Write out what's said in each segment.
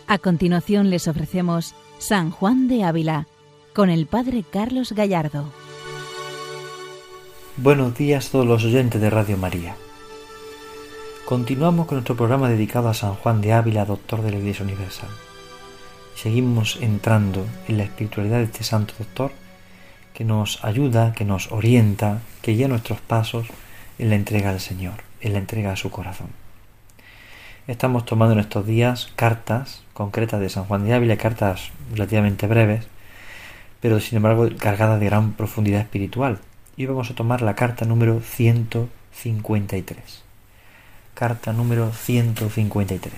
A continuación les ofrecemos San Juan de Ávila con el Padre Carlos Gallardo. Buenos días a todos los oyentes de Radio María. Continuamos con nuestro programa dedicado a San Juan de Ávila, doctor de la Iglesia Universal. Seguimos entrando en la espiritualidad de este santo doctor que nos ayuda, que nos orienta, que guía nuestros pasos en la entrega al Señor, en la entrega a su corazón. Estamos tomando en estos días cartas concretas de San Juan de Ávila, cartas relativamente breves, pero sin embargo cargadas de gran profundidad espiritual. Y hoy vamos a tomar la carta número 153. Carta número 153.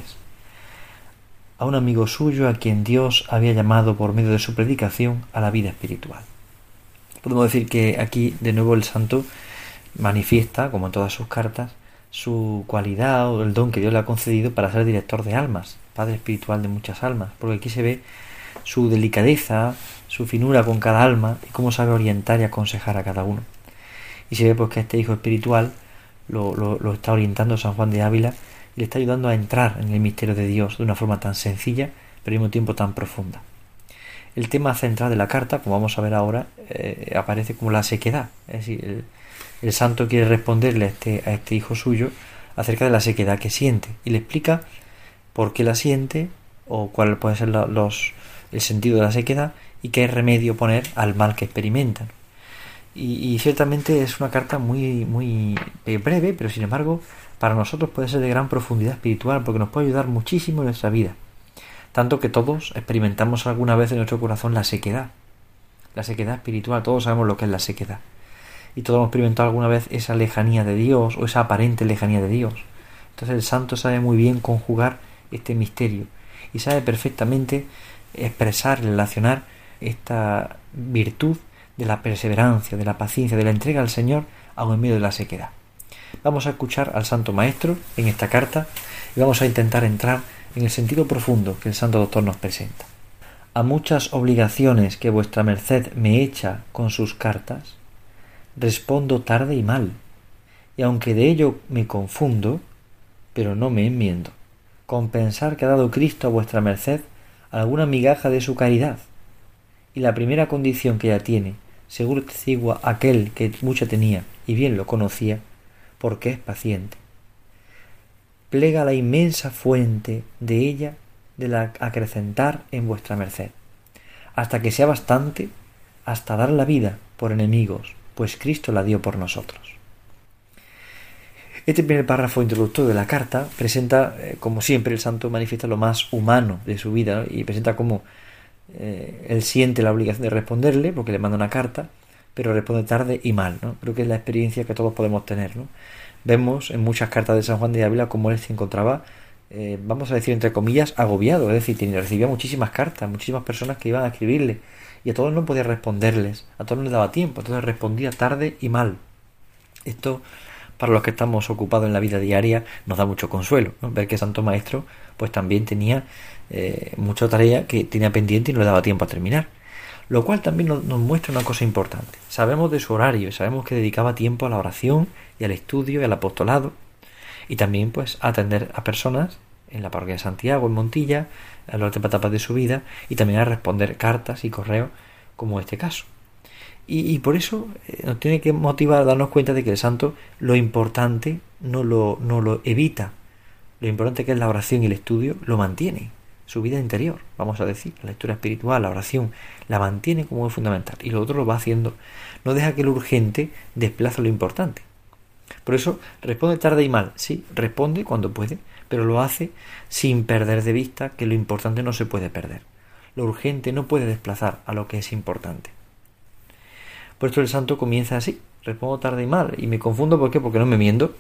A un amigo suyo a quien Dios había llamado por medio de su predicación a la vida espiritual. Podemos decir que aquí de nuevo el santo manifiesta, como en todas sus cartas, su cualidad o el don que Dios le ha concedido para ser director de almas, padre espiritual de muchas almas, porque aquí se ve su delicadeza, su finura con cada alma y cómo sabe orientar y aconsejar a cada uno. Y se ve pues que este hijo espiritual lo está orientando San Juan de Ávila y le está ayudando a entrar en el misterio de Dios de una forma tan sencilla pero al mismo tiempo tan profunda. El tema central de la carta, como vamos a ver ahora, aparece como la sequedad, es decir, el santo quiere responderle a este hijo suyo acerca de la sequedad que siente y le explica por qué la siente o cuál puede ser el sentido de la sequedad y qué remedio poner al mal que experimentan. Y ciertamente es una carta muy breve, pero sin embargo para nosotros puede ser de gran profundidad espiritual porque nos puede ayudar muchísimo en nuestra vida. Tanto que todos experimentamos alguna vez en nuestro corazón la sequedad espiritual, todos sabemos lo que es la sequedad. Y todos hemos experimentado alguna vez esa lejanía de Dios o esa aparente lejanía de Dios. Entonces el santo sabe muy bien conjugar este misterio y sabe perfectamente expresar, relacionar esta virtud de la perseverancia, de la paciencia, de la entrega al Señor aun en medio de la sequedad. Vamos a escuchar al Santo Maestro en esta carta y vamos a intentar entrar en el sentido profundo que el Santo Doctor nos presenta. A muchas obligaciones que vuestra merced me echa con sus cartas, respondo tarde y mal, y aunque de ello me confundo, pero no me enmiendo, con pensar que ha dado Cristo a vuestra merced alguna migaja de su caridad, y la primera condición que ella tiene, seguro testigua aquel que mucha tenía y bien lo conocía, porque es paciente, plega la inmensa fuente de ella de la acrecentar en vuestra merced, hasta que sea bastante, hasta dar la vida por enemigos, pues Cristo la dio por nosotros. Este primer párrafo introductorio de la carta presenta, como siempre, el santo manifiesta lo más humano de su vida, ¿no? Y presenta cómo él siente la obligación de responderle, porque le manda una carta, pero responde tarde y mal, ¿no? Creo que es la experiencia que todos podemos tener, ¿no? Vemos en muchas cartas de San Juan de Ávila cómo él se encontraba, vamos a decir entre comillas, agobiado, es decir, recibía muchísimas cartas, muchísimas personas que iban a escribirle, y a todos no podía responderles, a todos no les daba tiempo, entonces respondía tarde y mal. Esto, para los que estamos ocupados en la vida diaria, nos da mucho consuelo, ¿no? Ver que Santo Maestro pues también tenía mucha tarea que tenía pendiente y no le daba tiempo a terminar. Lo cual también nos muestra una cosa importante. Sabemos de su horario y sabemos que dedicaba tiempo a la oración y al estudio y al apostolado, y también pues a atender a personas en la parroquia de Santiago, en Montilla, a las últimas etapas de su vida, y también a responder cartas y correos como este caso. Y por eso nos tiene que motivar a darnos cuenta de que el santo lo importante no lo evita. Lo importante que es la oración y el estudio lo mantiene. Su vida interior, vamos a decir, la lectura espiritual, la oración, la mantiene como es fundamental. Y lo otro lo va haciendo. No deja que lo urgente desplace lo importante. Por eso responde tarde y mal. Sí, responde cuando puede, pero lo hace sin perder de vista que lo importante no se puede perder. Lo urgente no puede desplazar a lo que es importante. Por eso el santo comienza así: respondo tarde y mal, y me confundo. ¿Por qué? Porque no me miento.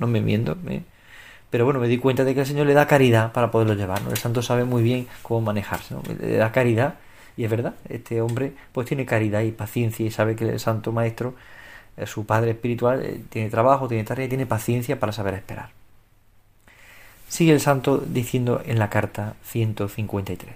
Pero bueno, me di cuenta de que el Señor le da caridad para poderlo llevar, ¿no? El santo sabe muy bien cómo manejarse, ¿no? Le da caridad, y es verdad, este hombre pues tiene caridad y paciencia, y sabe que el Santo Maestro, su padre espiritual, tiene trabajo, tiene tarea y tiene paciencia para saber esperar. Sigue el santo diciendo en la carta 153: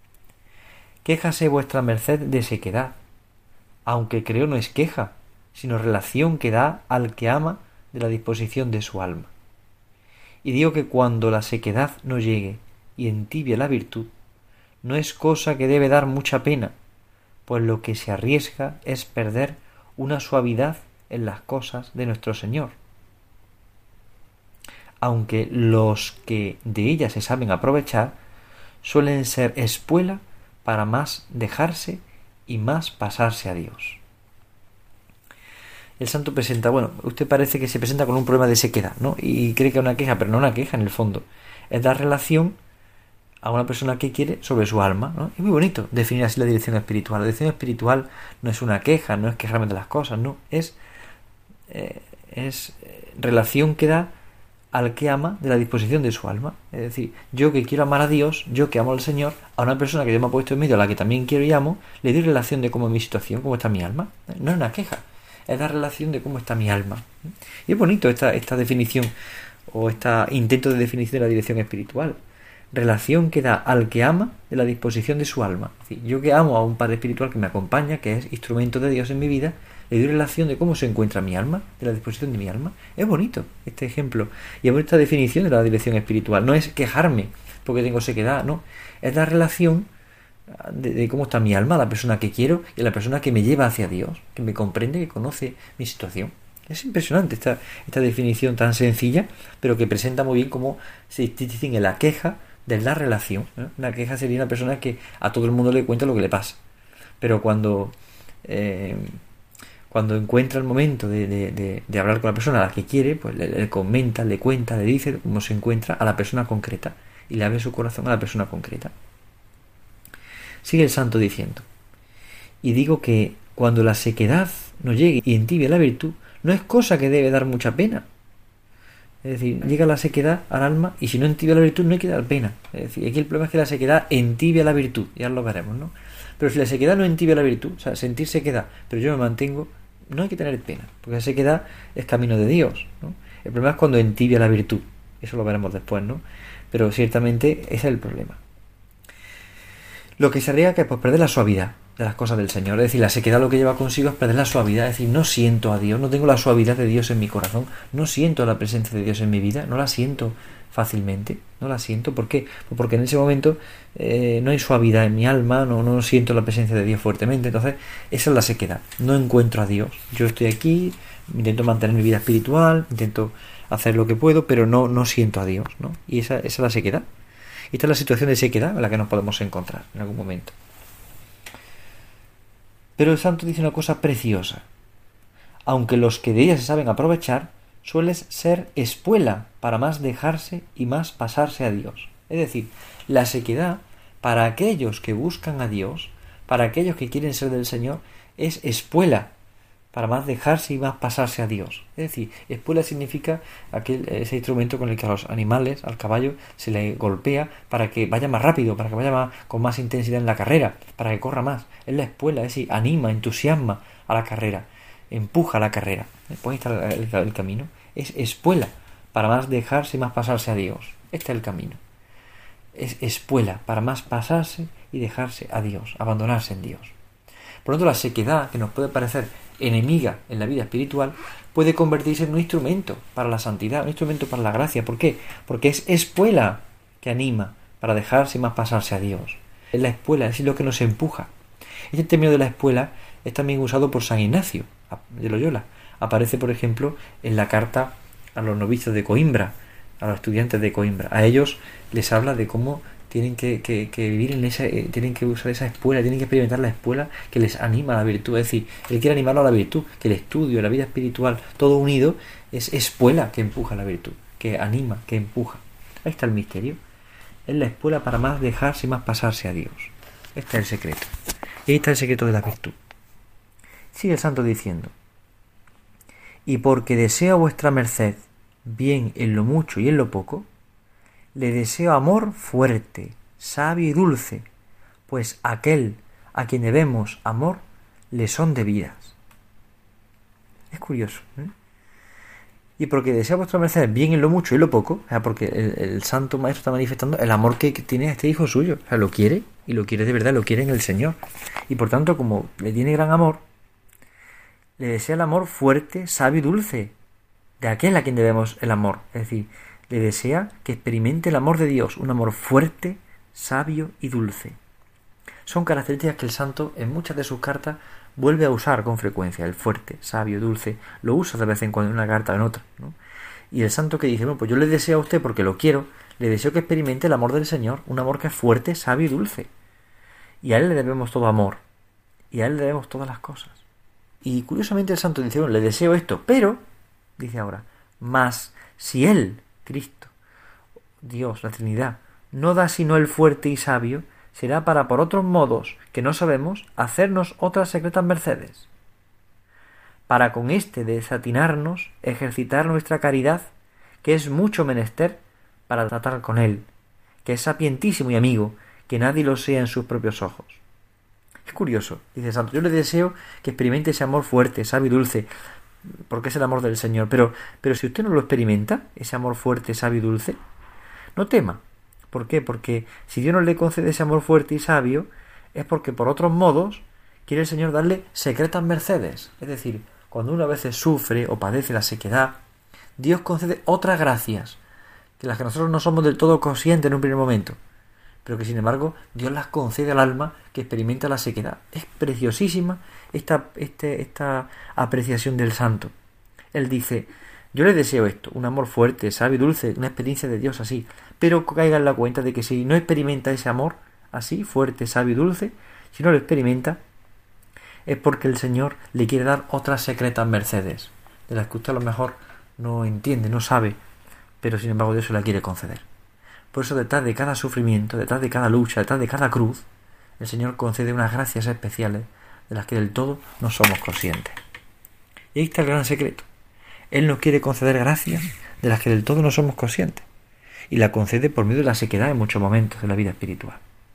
quéjase vuestra merced de sequedad, aunque creo no es queja, sino relación que da al que ama de la disposición de su alma. Y digo que cuando la sequedad no llegue y entibie la virtud, no es cosa que debe dar mucha pena, pues lo que se arriesga es perder una suavidad en las cosas de nuestro Señor. Aunque los que de ella se saben aprovechar suelen ser espuela para más dejarse y más pasarse a Dios. El santo presenta, usted parece que se presenta con un problema de sequedad, ¿no? Y cree que es una queja, pero no una queja en el fondo. Es dar relación a una persona que quiere sobre su alma, ¿no? Es muy bonito definir así la dirección espiritual. La dirección espiritual no es una queja, no es quejarme de las cosas, no. Es relación que da al que ama de la disposición de su alma. Es decir, yo que quiero amar a Dios, yo que amo al Señor, a una persona que Dios me ha puesto en medio, a la que también quiero y amo, le doy relación de cómo es mi situación, cómo está mi alma. No es una queja, es la relación de cómo está mi alma. Y es bonito esta definición, o este intento de definición de la dirección espiritual. Relación que da al que ama de la disposición de su alma. Es decir, yo que amo a un Padre espiritual que me acompaña, que es instrumento de Dios en mi vida, le doy relación de cómo se encuentra mi alma, de la disposición de mi alma. Es bonito este ejemplo. Y es bonita esta definición de la dirección espiritual. No es quejarme porque tengo sequedad, no. Es la relación de cómo está mi alma, la persona que quiero y la persona que me lleva hacia Dios, que me comprende, que conoce mi situación. Es impresionante esta definición tan sencilla, pero que presenta muy bien cómo se distingue la queja de la relación, ¿no? Una queja sería una persona que a todo el mundo le cuenta lo que le pasa. Pero cuando encuentra el momento de hablar con la persona a la que quiere, pues le comenta, le cuenta, le dice cómo se encuentra a la persona concreta y le abre su corazón a la persona concreta. Sigue el santo diciendo: y digo que cuando la sequedad nos llegue y entibia la virtud, no es cosa que debe dar mucha pena. Es decir, llega la sequedad al alma y si no entibia la virtud no hay que dar pena. Es decir, aquí el problema es que la sequedad entibia la virtud, ya lo veremos, ¿no? Pero si la sequedad no entibia la virtud, o sea, sentir sequedad, pero yo me mantengo, no hay que tener pena, porque la sequedad es camino de Dios, ¿no? El problema es cuando entibia la virtud, eso lo veremos después, ¿no? Pero ciertamente ese es el problema. Lo que se arriesga que es pues perder la suavidad de las cosas del Señor. Es decir, la sequedad lo que lleva consigo es perder la suavidad. Es decir, no siento a Dios, no tengo la suavidad de Dios en mi corazón, no siento la presencia de Dios en mi vida, no la siento fácilmente, no la siento. ¿Por qué? Pues porque en ese momento no hay suavidad en mi alma, no siento la presencia de Dios fuertemente. Entonces, esa es la sequedad. No encuentro a Dios. Yo estoy aquí, intento mantener mi vida espiritual, intento hacer lo que puedo, pero no siento a Dios, ¿no? Y esa es la sequedad. Esta es la situación de sequedad en la que nos podemos encontrar en algún momento. Pero el santo dice una cosa preciosa. Aunque los que de ella se saben aprovechar, suelen ser espuela para más dejarse y más pasarse a Dios. Es decir, la sequedad, para aquellos que buscan a Dios, para aquellos que quieren ser del Señor, es espuela para más dejarse y más pasarse a Dios. Es decir, espuela significa ese instrumento con el que a los animales, al caballo, se le golpea para que vaya más rápido, para que vaya con más intensidad en la carrera, para que corra más. Es la espuela, es decir, anima, entusiasma a la carrera, empuja a la carrera. Pues ahí está el camino. Es espuela para más dejarse y más pasarse a Dios. Este es el camino. Es espuela para más pasarse y dejarse a Dios, abandonarse en Dios. Por lo tanto, la sequedad, que nos puede parecer enemiga en la vida espiritual, puede convertirse en un instrumento para la santidad, un instrumento para la gracia. ¿Por qué? Porque es espuela que anima para dejarse y más pasarse a Dios. Es la espuela, es lo que nos empuja. Este término de la espuela es también usado por San Ignacio de Loyola. Aparece, por ejemplo, en la carta a los novicios de Coimbra, a los estudiantes de Coimbra. A ellos les habla de cómo tienen que vivir en tienen que usar esa espuela, tienen que experimentar la espuela que les anima a la virtud. Es decir, él quiere animarlo a la virtud, que el estudio, la vida espiritual, todo unido, es espuela que empuja a la virtud, que anima, que empuja. Ahí está el misterio. Es la espuela para más dejarse y más pasarse a Dios. Este es el secreto. Y ahí está el secreto de la virtud. Sigue el santo diciendo: y porque deseo a vuestra merced bien en lo mucho y en lo poco, le deseo amor fuerte, sabio y dulce, pues aquel a quien debemos amor le son debidas. Es curioso, ¿eh? Y porque desea vuestra merced bien en lo mucho y en lo poco, o sea, porque el santo maestro está manifestando el amor que tiene a este hijo suyo. O sea, lo quiere, y lo quiere de verdad, lo quiere en el Señor. Y por tanto, como le tiene gran amor, le desea el amor fuerte, sabio y dulce, de aquel a quien debemos el amor. Es decir, le desea que experimente el amor de Dios, un amor fuerte, sabio y dulce. son características que el santo en muchas de sus cartas vuelve a usar con frecuencia. El fuerte, sabio, dulce, lo usa de vez en cuando en una carta o en otra, ¿no? Y el santo que dice, bueno, pues yo le deseo a usted porque lo quiero, le deseo que experimente el amor del Señor, un amor que es fuerte, sabio y dulce. Y a Él le debemos todo amor, y a Él le debemos todas las cosas. Y curiosamente el santo dice, bueno, le deseo esto, pero, dice ahora, mas si Él, Cristo, Dios, la Trinidad, no da sino el fuerte y sabio, será para por otros modos que no sabemos hacernos otras secretas mercedes, para con este desatinarnos ejercitar nuestra caridad, que es mucho menester para tratar con Él, que es sapientísimo y amigo, que nadie lo sea en sus propios ojos. Es curioso, dice el santo, yo le deseo que experimente ese amor fuerte, sabio y dulce, porque es el amor del Señor, pero si usted no lo experimenta, ese amor fuerte, sabio y dulce, no tema. ¿Por qué? Porque si Dios no le concede ese amor fuerte y sabio, es porque por otros modos quiere el Señor darle secretas mercedes. Es decir, cuando uno a veces sufre o padece la sequedad, Dios concede otras gracias, de las que nosotros no somos del todo conscientes en un primer momento, pero que sin embargo Dios las concede al alma que experimenta la sequedad. Es preciosísima esta apreciación del santo. Él dice, yo le deseo esto, un amor fuerte, sabio y dulce, una experiencia de Dios así, pero caiga en la cuenta de que si no experimenta ese amor así, fuerte, sabio y dulce, si no lo experimenta, es porque el Señor le quiere dar otras secretas mercedes, de las que usted a lo mejor no entiende, no sabe, pero sin embargo Dios se la quiere conceder. Por eso detrás de cada sufrimiento, detrás de cada lucha, detrás de cada cruz, el Señor concede unas gracias especiales de las que del todo no somos conscientes. Y ahí está el gran secreto. Él nos quiere conceder gracias de las que del todo no somos conscientes, y la concede por medio de la sequedad en muchos momentos de la vida espiritual.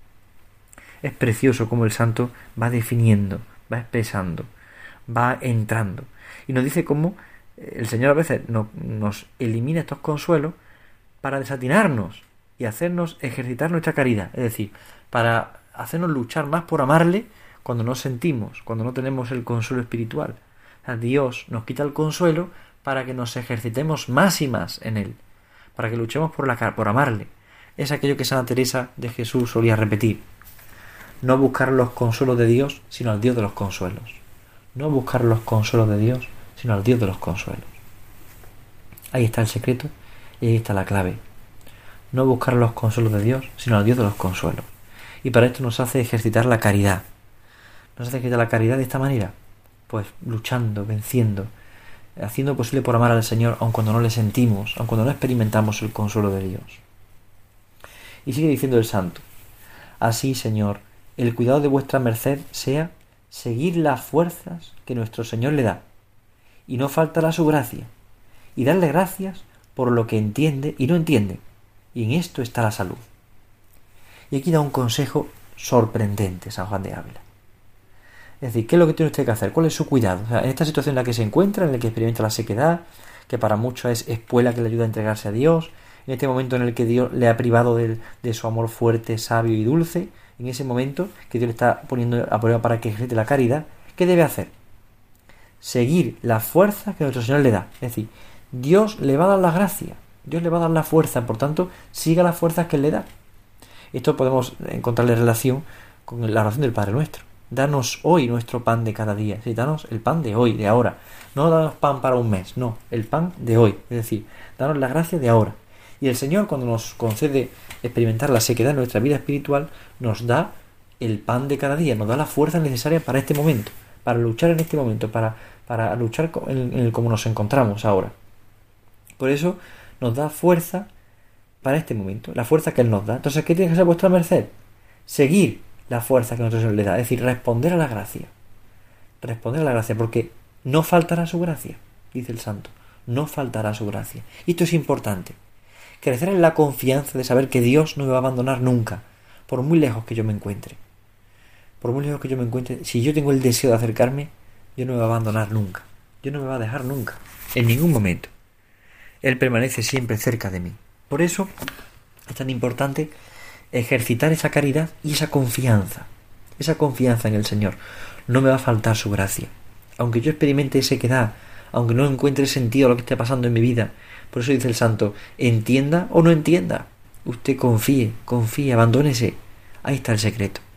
Es precioso cómo el santo va definiendo, va expresando, va entrando, y nos dice cómo el Señor a veces nos elimina estos consuelos para desatinarnos y hacernos ejercitar nuestra caridad, es decir, para hacernos luchar más por amarle cuando no sentimos, cuando no tenemos el consuelo espiritual. O sea, Dios nos quita el consuelo para que nos ejercitemos más y más en Él, para que luchemos por amarle. Es aquello que Santa Teresa de Jesús solía repetir: no buscar los consuelos de Dios, sino al Dios de los consuelos. No buscar los consuelos de Dios, sino al Dios de los consuelos. Ahí está el secreto y ahí está la clave. No buscar los consuelos de Dios, sino al Dios de los consuelos. Y para esto nos hace ejercitar la caridad. Nos hace ejercitar la caridad de esta manera, pues luchando, venciendo, haciendo posible por amar al Señor, aun cuando no le sentimos, aun cuando no experimentamos el consuelo de Dios. Y sigue diciendo el santo: así, Señor, el cuidado de vuestra merced sea seguir las fuerzas que nuestro Señor le da, y no faltará su gracia, y darle gracias por lo que entiende y no entiende, y en esto está la salud. Y aquí da un consejo sorprendente San Juan de Ávila. Es decir, ¿qué es lo que tiene usted que hacer? ¿Cuál es su cuidado? O sea, en esta situación en la que se encuentra, en la que experimenta la sequedad, que para muchos es espuela que le ayuda a entregarse a Dios, en este momento en el que Dios le ha privado de su amor fuerte, sabio y dulce, en ese momento que Dios le está poniendo a prueba para que ejercite la caridad, ¿qué debe hacer? Seguir las fuerzas que nuestro Señor le da. Es decir, Dios le va a dar la gracia, Dios le va a dar la fuerza, por tanto, siga las fuerzas que Él le da. Esto podemos encontrarle relación con la oración del Padre Nuestro. Danos hoy nuestro pan de cada día. Sí, danos el pan de hoy, de ahora. No danos pan para un mes, no, el pan de hoy. Es decir, danos la gracia de ahora. Y el Señor, cuando nos concede experimentar la sequedad en nuestra vida espiritual, nos da el pan de cada día, nos da la fuerza necesaria para este momento, para luchar en este momento, para luchar en el como nos encontramos ahora. Por eso nos da fuerza para este momento, la fuerza que Él nos da. Entonces, ¿qué tiene que ser vuestra merced? Seguir la fuerza que nuestro Señor le da, es decir, responder a la gracia. Responder a la gracia, porque no faltará su gracia, dice el santo, no faltará su gracia. Y esto es importante. Crecer en la confianza de saber que Dios no me va a abandonar nunca, por muy lejos que yo me encuentre. Por muy lejos que yo me encuentre, si yo tengo el deseo de acercarme, Dios no me va a abandonar nunca. Dios no me va a dejar nunca, en ningún momento. Él permanece siempre cerca de mí. Por eso es tan importante ejercitar esa caridad y esa confianza en el Señor. No me va a faltar su gracia. Aunque yo experimente sequedad, aunque no encuentre sentido a lo que esté pasando en mi vida, por eso dice el santo, entienda o no entienda, usted confíe, abandónese. Ahí está el secreto.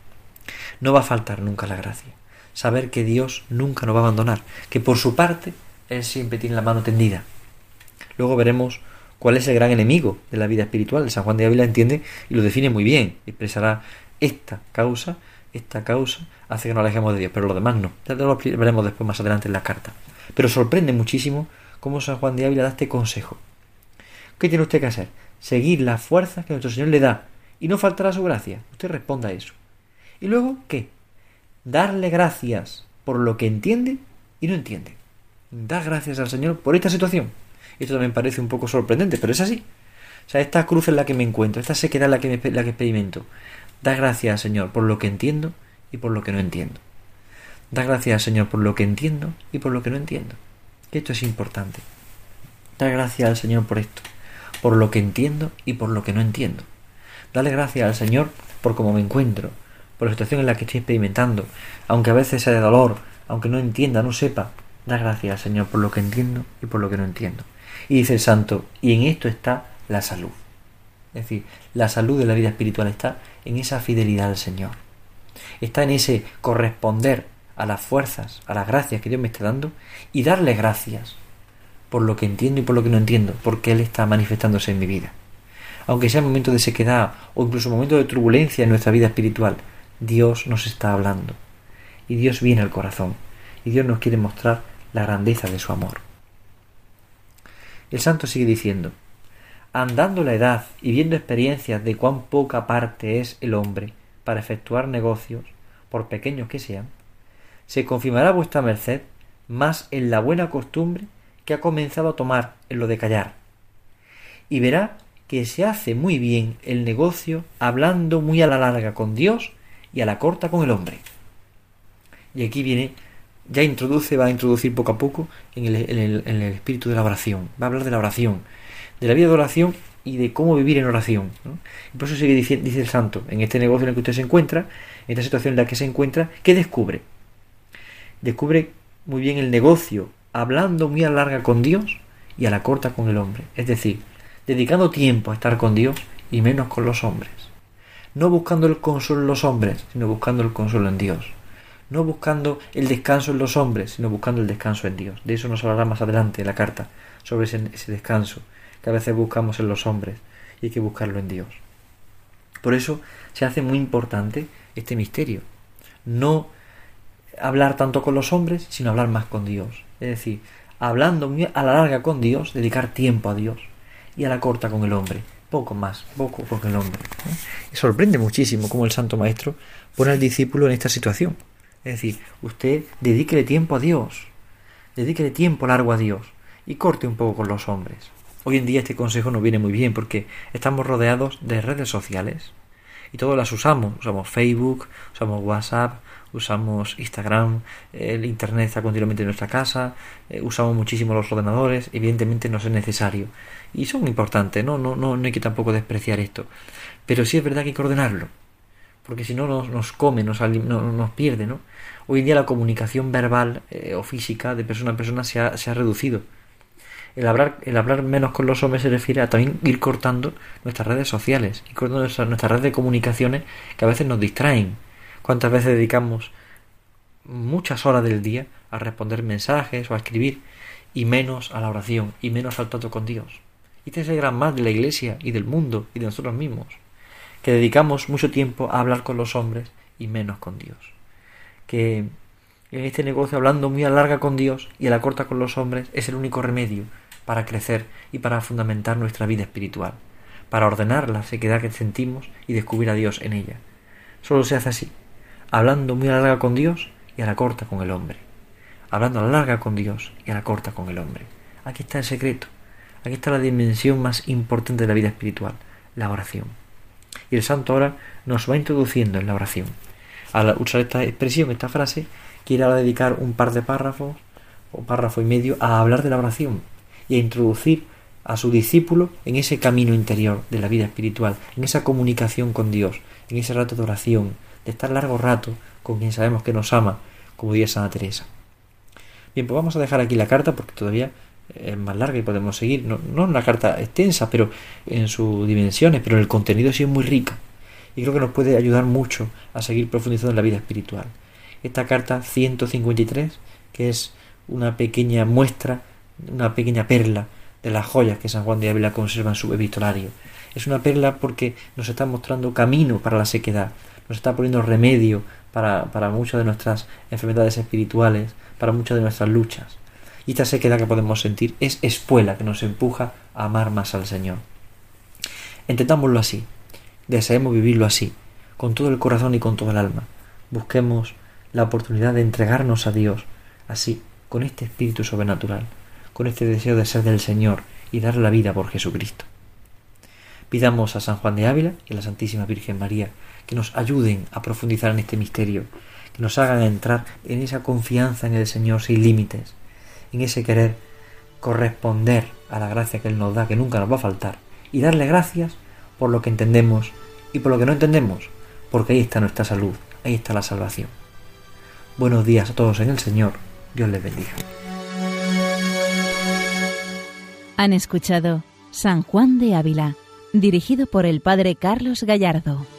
No va a faltar nunca la gracia. Saber que Dios nunca nos va a abandonar, que por su parte Él siempre tiene la mano tendida. Luego veremos cuál es el gran enemigo de la vida espiritual. San Juan de Ávila entiende y lo define muy bien. Expresará esta causa hace que nos alejemos de Dios, pero lo demás no. Ya lo veremos después más adelante en las cartas. Pero sorprende muchísimo cómo San Juan de Ávila da este consejo. ¿Qué tiene usted que hacer? Seguir las fuerzas que nuestro Señor le da y no faltará su gracia. Usted responda a eso. ¿Y luego qué? Darle gracias por lo que entiende y no entiende. Dar gracias al Señor por esta situación. Esto también parece un poco sorprendente, pero es así. O sea, esta cruz en la que me encuentro, esta sequedad en la que experimento. Dar gracias al Señor por lo que entiendo y por lo que no entiendo. Dar gracias al Señor por lo que entiendo y por lo que no entiendo. Que esto es importante. Dar gracias al Señor por esto, por lo que entiendo y por lo que no entiendo. Darle gracias al Señor por cómo me encuentro, por la situación en la que estoy experimentando, aunque a veces sea de dolor, aunque no entienda, no sepa. Dar gracias al Señor por lo que entiendo y por lo que no entiendo. Y dice el santo, y en esto está la salud. Es decir, la salud de la vida espiritual está en esa fidelidad al Señor. Está en ese corresponder a las fuerzas, a las gracias que Dios me está dando y darle gracias por lo que entiendo y por lo que no entiendo, porque Él está manifestándose en mi vida. Aunque sea momentos de sequedad o incluso momentos de turbulencia en nuestra vida espiritual, Dios nos está hablando. Y Dios viene al corazón. Y Dios nos quiere mostrar la grandeza de su amor. El santo sigue diciendo, andando la edad y viendo experiencias de cuán poca parte es el hombre para efectuar negocios, por pequeños que sean, se confirmará vuestra merced más en la buena costumbre que ha comenzado a tomar en lo de callar, y verá que se hace muy bien el negocio hablando muy a la larga con Dios y a la corta con el hombre. Y aquí viene, va a introducir poco a poco en el espíritu de la oración. Va a hablar de la oración, de la vida de oración y de cómo vivir en oración, ¿no? Y por eso sigue dice el santo, en este negocio en el que usted se encuentra, en esta situación en la que se encuentra, ¿qué descubre? Descubre muy bien el negocio, hablando muy a la larga con Dios y a la corta con el hombre. Es decir, dedicando tiempo a estar con Dios y menos con los hombres. No buscando el consuelo en los hombres, sino buscando el consuelo en Dios. No buscando el descanso en los hombres, sino buscando el descanso en Dios. De eso nos hablará más adelante la carta, sobre ese descanso que a veces buscamos en los hombres y hay que buscarlo en Dios. Por eso se hace muy importante este misterio. No hablar tanto con los hombres, sino hablar más con Dios. Es decir, hablando muy a la larga con Dios, dedicar tiempo a Dios, y a la corta con el hombre, poco con el hombre. Y sorprende muchísimo cómo el Santo Maestro pone al discípulo en esta situación. Es decir, usted dedíquele tiempo a Dios, dedíquele tiempo largo a Dios y corte un poco con los hombres. Hoy en día este consejo nos viene muy bien porque estamos rodeados de redes sociales y todas las usamos. Usamos Facebook, usamos WhatsApp, usamos Instagram, el Internet está continuamente en nuestra casa, usamos muchísimo los ordenadores, evidentemente nos es necesario. Y son importantes, no hay que tampoco despreciar esto. Pero sí es verdad que hay que ordenarlo, porque si no nos come, nos pierde, ¿no? Hoy en día la comunicación verbal o física de persona a persona se ha reducido. El hablar menos con los hombres se refiere a también ir cortando nuestras redes sociales, ir cortando nuestras redes de comunicaciones que a veces nos distraen. ¿Cuántas veces dedicamos muchas horas del día a responder mensajes o a escribir y menos a la oración y menos al trato con Dios? Y este es el gran mal de la Iglesia y del mundo y de nosotros mismos, que dedicamos mucho tiempo a hablar con los hombres y menos con Dios. Que en este negocio, hablando muy a la larga con Dios y a la corta con los hombres, es el único remedio para crecer y para fundamentar nuestra vida espiritual, para ordenar la sequedad que sentimos y descubrir a Dios en ella. Solo se hace así, hablando muy a la larga con Dios y a la corta con el hombre. Hablando a la larga con Dios y a la corta con el hombre. Aquí está el secreto, aquí está la dimensión más importante de la vida espiritual, la oración. Y el santo ahora nos va introduciendo en la oración. Al usar esta expresión, esta frase, quiere ahora dedicar un par de párrafos o párrafo y medio a hablar de la oración y a introducir a su discípulo en ese camino interior de la vida espiritual, en esa comunicación con Dios, en ese rato de oración, de estar largo rato con quien sabemos que nos ama, como diría Santa Teresa. Bien, pues vamos a dejar aquí la carta porque todavía es más larga y podemos seguir. No es una carta extensa, pero en sus dimensiones, pero el contenido sí es muy rica. y creo que nos puede ayudar mucho a seguir profundizando en la vida espiritual. Esta carta 153, que es una pequeña muestra, una pequeña perla de las joyas que San Juan de Ávila conserva en su epistolario. Es una perla porque nos está mostrando camino para la sequedad, nos está poniendo remedio para muchas de nuestras enfermedades espirituales, para muchas de nuestras luchas. Y esta sequedad que podemos sentir es espuela que nos empuja a amar más al Señor. Entendámoslo así, deseemos vivirlo así, con todo el corazón y con todo el alma. Busquemos la oportunidad de entregarnos a Dios, así, con este espíritu sobrenatural, con este deseo de ser del Señor y dar la vida por Jesucristo. Pidamos a San Juan de Ávila y a la Santísima Virgen María que nos ayuden a profundizar en este misterio, que nos hagan entrar en esa confianza en el Señor sin límites, en ese querer corresponder a la gracia que Él nos da, que nunca nos va a faltar, y darle gracias por lo que entendemos y por lo que no entendemos, porque ahí está nuestra salud, ahí está la salvación. Buenos días a todos en el Señor, Dios les bendiga. Han escuchado San Juan de Ávila, dirigido por el Padre Carlos Gallardo.